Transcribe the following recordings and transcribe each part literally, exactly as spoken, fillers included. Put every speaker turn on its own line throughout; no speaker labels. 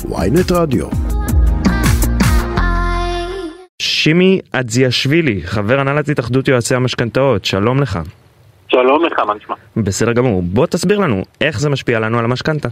וויינט רדיו.
שימי אדזיאשווילי, חבר הנהלת התאחדות יועצי המשכנתאות, שלום לך.
שלום לך, מה נשמע?
בסדר גמור, בוא תסביר לנו איך זה משפיע לנו על המשכנתה.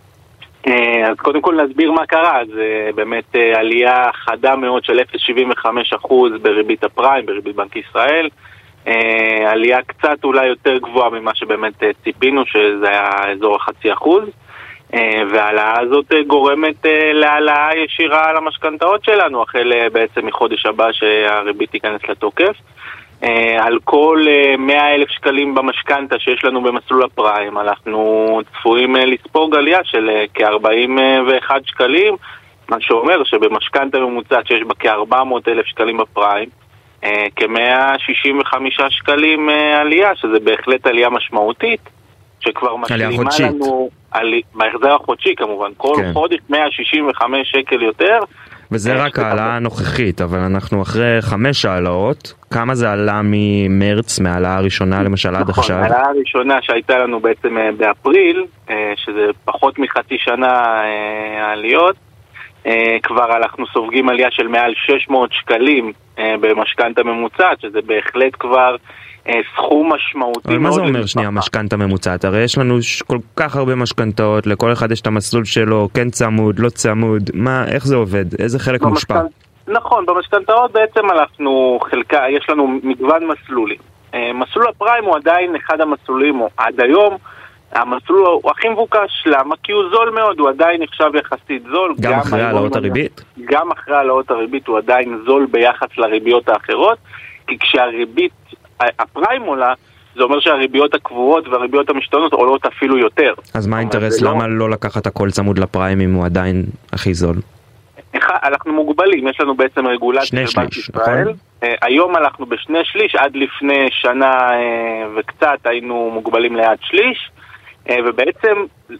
אז קודם כל נסביר מה קרה. זה באמת עלייה חדה מאוד של אפס נקודה שבעים וחמישה אחוז בריבית הפריים, בריבית בנק ישראל. עלייה קצת אולי יותר גבוהה ממה שבאמת ציפינו, שזה היה אזור החצי אחוז. והעלאה הזאת גורמת להעלאה ישירה על המשכנתאות שלנו, החל בעצם מחודש הבא שהריבית תיכנס לתוקף. על כל מאה אלף שקלים במשכנתה שיש לנו במסלול הפריים, אנחנו צפויים לספוג עלייה של כ-ארבעים ואחד שקלים, מה שאומר שבמשכנתה ממוצעת שיש בה כ-ארבע מאות אלף שקלים בפריים, כ-מאה שישים וחמישה שקלים עלייה, שזה בהחלט עלייה משמעותית, שכבר משלימה לנו, בהחזר החודשי כמובן, כל כן. חודש מאה שישים וחמישה שקל יותר.
וזה רק העלאה הנוכחית, אבל אנחנו אחרי חמש העלאות. כמה זה עלה ממרץ, מהעלאה הראשונה למשל עד
נכון,
עכשיו?
העלאה הראשונה שהייתה לנו בעצם באפריל, שזה פחות מחצי שנה העליות, כבר אנחנו סופגים עלייה של מעל שש מאות שקלים במשכנתה ממוצעת, שזה בהחלט כבר סכום משמעותי.
אבל מה זה אומר שנייה משכנתה ממוצעת? הרי יש לנו כל כך הרבה משכנתאות, לכל אחד יש את המסלול שלו, כן צמוד, לא צמוד, מה, איך זה עובד? איזה חלק מושפע?
נכון, במשכנתאות בעצם אנחנו, חלקה, יש לנו מגוון מסלולים. מסלול הפריים הוא עדיין אחד המסלולים, עד היום, המסלול הוא הכי מבוקש. למה? כי הוא זול מאוד, הוא עדיין נחשב יחסית זול.
גם אחרי העלאות הריבית?
גם אחרי העלאות הריבית הוא עדיין זול ביחס לריביות האחרות, כי כשהריבית הפריים עולה, זה אומר שהריביות הקבועות והריביות המשתנות עולות אפילו יותר.
אז מה האינטרס? למה לא לקחת הכל צמוד לפריים אם הוא עדיין הכי זול?
אנחנו מוגבלים, יש לנו בעצם רגולציה של בנק ישראל. היום אנחנו בשני שליש, עד לפני שנה וקצת היינו מוגבלים ליד שליש, ובעצם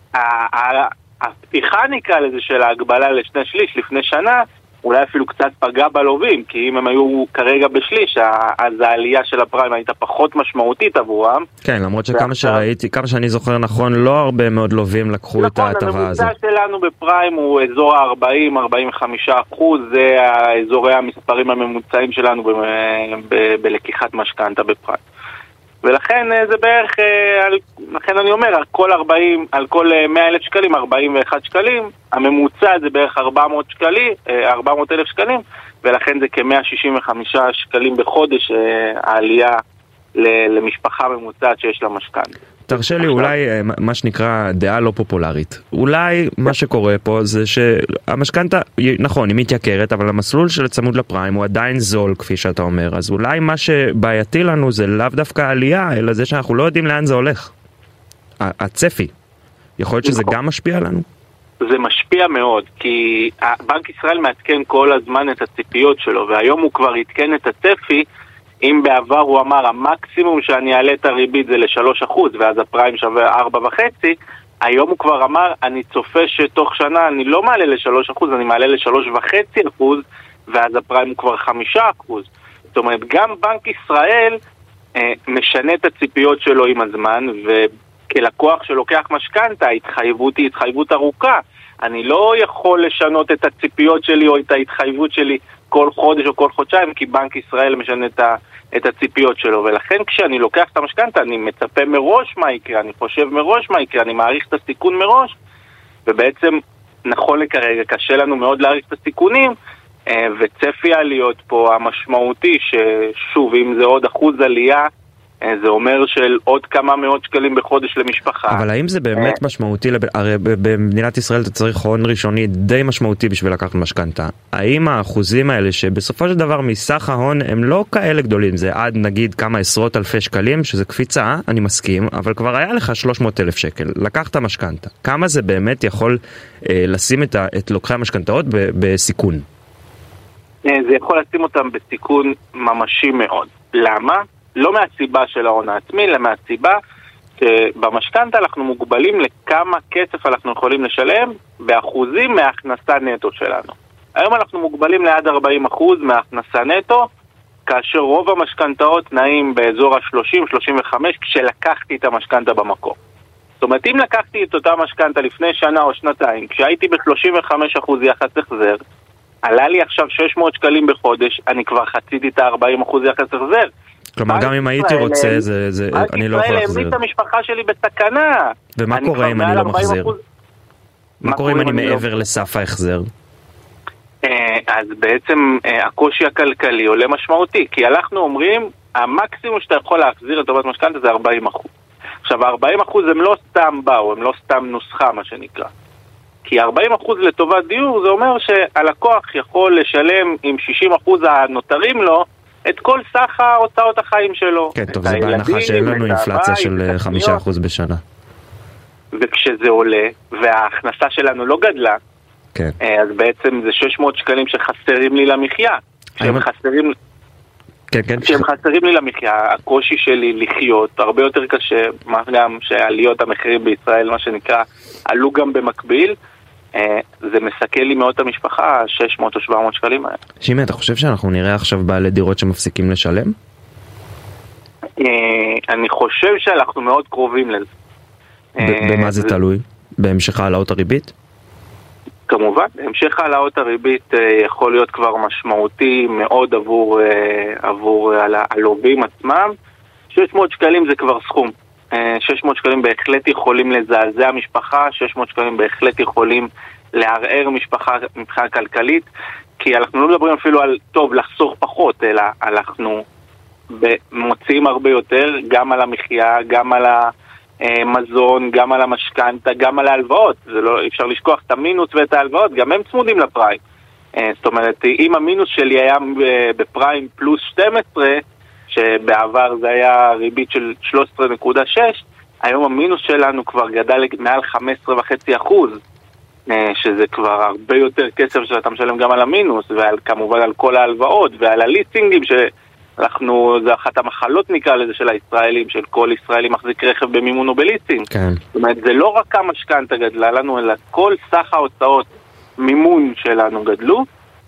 הפתיחה נקרא לזה של ההגבלה לשני שליש לפני שנה, אולי אפילו קצת פגע בלווים, כי אם הם היו כרגע בשליש, אז העלייה של הפריים הייתה פחות משמעותית עבורם.
כן, למרות שכמה שראיתי, כמה שאני זוכר נכון, לא הרבה מאוד לווים לקחו את ההטבה הזאת.
נכון, הממוצע שלנו בפריים הוא אזור ה-ארבעים עד ארבעים וחמישה אחוז, זה האזורי המספרים הממוצעים שלנו בלקיחת משכנתה בפריים. ולכן זה בערך, לכן אני אומר, על כל ארבעים, על כל מאה אלף שקלים, ארבעים ואחד שקלים, הממוצע זה בערך ארבע מאות שקלים, ארבע מאות אלף שקלים, ולכן זה כ-מאה שישים וחמישה שקלים בחודש העלייה למשפחה ממוצעת שיש לה משכנתה.
תרשה לי אולי מה שנקרא דעה לא פופולרית. אולי מה שקורה פה זה שהמשכנתה, נכון, היא מתייקרת, אבל המסלול של צמוד לפריים הוא עדיין זול, כפי שאתה אומר. אז אולי מה שבעייתי לנו זה לאו דווקא העלייה, אלא זה שאנחנו לא יודעים לאן זה הולך. הצפי. יכול להיות שזה גם משפיע לנו?
זה משפיע מאוד, כי בנק ישראל מעדכן כל הזמן את הציפיות שלו, והיום הוא כבר עדכן את הצפי. אם בעבר הוא אמר המקסימום שאני אעלה את הריבית זה ל-שלושה אחוז ואז הפריים שווה ארבע וחצי, היום הוא כבר אמר אני צופה שתוך שנה אני לא מעלה ל-שלושה אחוז, אני מעלה ל-שלושה וחצי אחוז ואז הפריים הוא כבר חמישה אחוז. זאת אומרת, גם בנק ישראל אה, משנה את הציפיות שלו עם הזמן, וכלקוח שלוקח משכנתה, ההתחייבות היא התחייבות ארוכה. אני לא יכול לשנות את הציפיות שלי או את ההתחייבות שלי כל חודש או כל חודשיים, כי בנק ישראל משנה את, ה, את הציפיות שלו. ולכן כשאני לוקח את המשכנתה, אני מצפה מראש מה יקרה, אני חושב מראש מה יקרה, אני מעריך את הסיכון מראש, ובעצם נכון לכרגע קשה לנו מאוד להעריך את הסיכונים, וצפי העליות פה המשמעותי, ששוב, אם זה עוד אחוז עלייה, זה אומר של עוד כמה מאות שקלים בחודש למשפחה.
אבל האם זה באמת משמעותי? הרי במדינת ישראל אתה צריך הון ראשוני די משמעותי בשביל לקחת משכנתה. האם האחוזים האלה שבסופו של דבר מסך ההון הם לא כאלה גדולים, זה עד נגיד כמה עשרות אלפי שקלים, שזה קפיצה, אני מסכים, אבל כבר היה לך שלוש מאות אלף שקל, לקחת משכנתה. כמה זה באמת יכול אה, לשים את, ה, את לוקחי המשכנתאות ב, בסיכון?
זה יכול לשים אותם בסיכון ממשי מאוד. למה? לא מהסיבה של ההון העצמי, אלא מהסיבה שבמשכנתה אנחנו מוגבלים לכמה כסף אנחנו יכולים לשלם באחוזים מההכנסה נטו שלנו. היום אנחנו מוגבלים לעד ארבעים אחוז מההכנסה נטו, כאשר רוב המשכנתאות נעים באזור ה-שלושים שלושים וחמש כשלקחתי את המשכנתה במקום. זאת אומרת, אם לקחתי את אותה משכנתה לפני שנה או שנתיים, כשהייתי ב-שלושים וחמישה אחוז יחס החזר, עלה לי עכשיו שש מאות שקלים בחודש, אני כבר חציתי את ה-ארבעים אחוז יחס החזר.
כלומר, גם אם הייתי רוצה, זה, זה, אני לא יכול להחזיר.
העמיד את המשפחה שלי בסכנה.
ומה קורה אם אני לא מחזיר? מה קורה אם אני מעבר לסף ההחזר?
אז בעצם הקושי הכלכלי עולה משמעותי, כי אנחנו אומרים, המקסימום שאתה יכול להחזיר לטובת משכנתה זה ארבעים אחוז. עכשיו, ארבעים אחוז הם לא סתם באו, הם לא סתם נוסחה, מה שנקרא. כי ארבעים אחוז לטובת דיור, זה אומר שהלקוח יכול לשלם עם שישים אחוז הנותרים לו, את כל סך ההוצאות החיים שלו.
כן, טוב, זה בהנחה שאין לנו אינפלציה של חמישה אחוז בשנה.
וכשזה עולה, וההכנסה שלנו לא גדלה,
כן.
אז בעצם זה שש מאות שקלים שחסרים לי למחיה. שהם חסרים...
כן, כן.
שהם חסרים לי למחיה, הקושי שלי לחיות הרבה יותר קשה, מה גם שעליות המחירים בישראל, מה שנקרא, עלו גם במקביל, זה מסכל לי מאוד את המשפחה, שש מאות או שבע מאות שקלים האלה.
שימי, אתה חושב שאנחנו נראה עכשיו בעלי דירות שמפסיקים לשלם?
אני חושב שאנחנו מאוד קרובים לזה.
במה זה תלוי? בהמשך העלאות הריבית?
כמובן, המשך העלאות הריבית יכול להיות כבר משמעותי מאוד עבור, עבור הלווים עצמם. שש מאות שקלים זה כבר סכום. שש מאות שקלים בהחלט יכולים לזעזע משפחה, שש מאות שקלים בהחלט יכולים לערער משפחה מבחינה כלכלית, כי אנחנו לא מדברים אפילו על טוב לחסוך פחות, אלא אנחנו מוציאים הרבה יותר, גם על המחיה, גם על המזון, גם על המשכנתה, גם על ההלוואות. זה לא, אפשר לשכוח את המינוס ואת ההלוואות, גם הם צמודים לפריים. זאת אומרת, אם המינוס שלי היה בפריים פלוס שתים עשרה, שבעבר זה היה ריבית של שלוש עשרה נקודה שש, היום המינוס שלנו כבר גדל מעל חמש עשרה נקודה חמש אחוז, שזה כבר הרבה יותר כסף שאתה משלם גם על המינוס, וכמובן על כל ההלוואות ועל הליסינגים, שאנחנו, זה אחת המחלות נקרא לזה של הישראלים, של כל ישראלי מחזיק רכב במימון או בליסינג.
כן.
זאת אומרת, זה לא רק המשכנתה גדלה לנו, אלא כל סך ההוצאות מימון שלנו גדלו,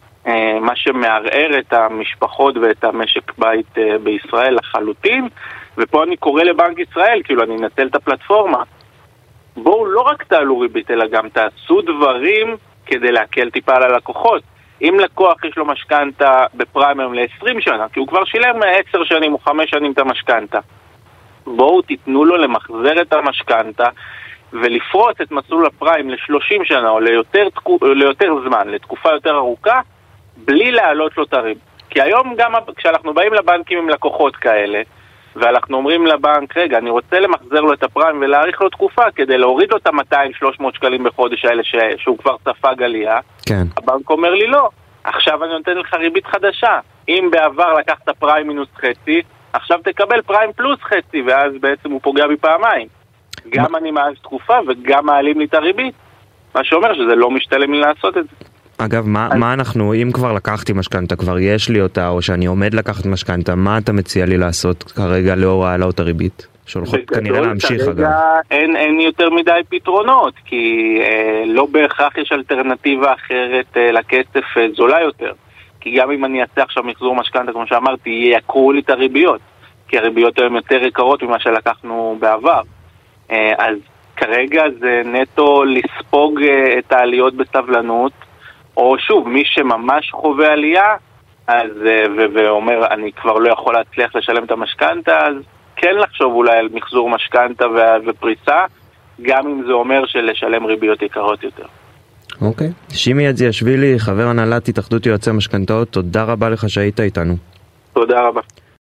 מה שמערער את המשפחות ואת המשק בית בישראל לחלוטין. ופה אני קורא לבנק ישראל, כאילו אני אנצל את הפלטפורמה, בואו לא רק תעלו ריבית, אלא גם תעשו דברים כדי להקל טיפה על הלקוחות. אם לקוח יש לו משכנתה בפריימרים ל-עשרים שנה, כי הוא כבר שילם עשר שנים או חמש שנים את המשכנתה, בואו תיתנו לו למחזר את המשכנתה ולפרוץ את מסלול הפריים ל-שלושים שנה או ליותר, ליותר זמן, לתקופה יותר ארוכה, בלי להעלות לו את הריבית. כי היום גם כשאנחנו באים לבנקים עם לקוחות כאלה, ואנחנו אומרים לבנק, רגע, אני רוצה למחזר לו את הפריים ולהאריך לו תקופה כדי להוריד לו את ה-מאתיים שלוש מאות שקלים בחודש האלה ש... שהוא כבר ספג עלייה.
כן.
הבנק אומר לי לא, עכשיו אני נותן לך ריבית חדשה. אם בעבר לקחת פריים מינוס חצי, עכשיו תקבל פריים פלוס חצי, ואז בעצם הוא פוגע בפעמיים. גם אני מאריך תקופה וגם מעלים לי את הריבית. מה שאומר שזה לא משתלם לי לעשות את זה.
אגב, מה, מה אנחנו, אם כבר לקחתי משכנתה, כבר יש לי אותה, או שאני עומד לקחת משכנתה, מה אתה מציע לי לעשות כרגע לאור העלאות הריבית? שהולכות כנראה להמשיך, אגב.
אין, אין יותר מדי פתרונות, כי אה, לא בהכרח יש אלטרנטיבה אחרת אה, לכסף אה, זולה יותר. כי גם אם אני אעשה עכשיו מחזור משכנתה, כמו שאמרתי, יקרו לי את הריביות, כי הריביות הן יותר יקרות ממה שלקחנו בעבר. אה, אז כרגע זה נטו לספוג אה, את העליות בסבלנות, או שוב, מי שממש חווה עלייה, אז, ו- ואומר, אני כבר לא יכול להצליח לשלם את המשכנתה, אז כן לחשוב אולי על מחזור משכנתה ו- ופריסה, גם אם זה אומר שלשלם ריביות יקרות יותר.
אוקיי. שימי אדזיאשווילי, חבר הנהלת התאחדות יועצי המשכנתאות, תודה רבה לך שהיית איתנו.
תודה רבה.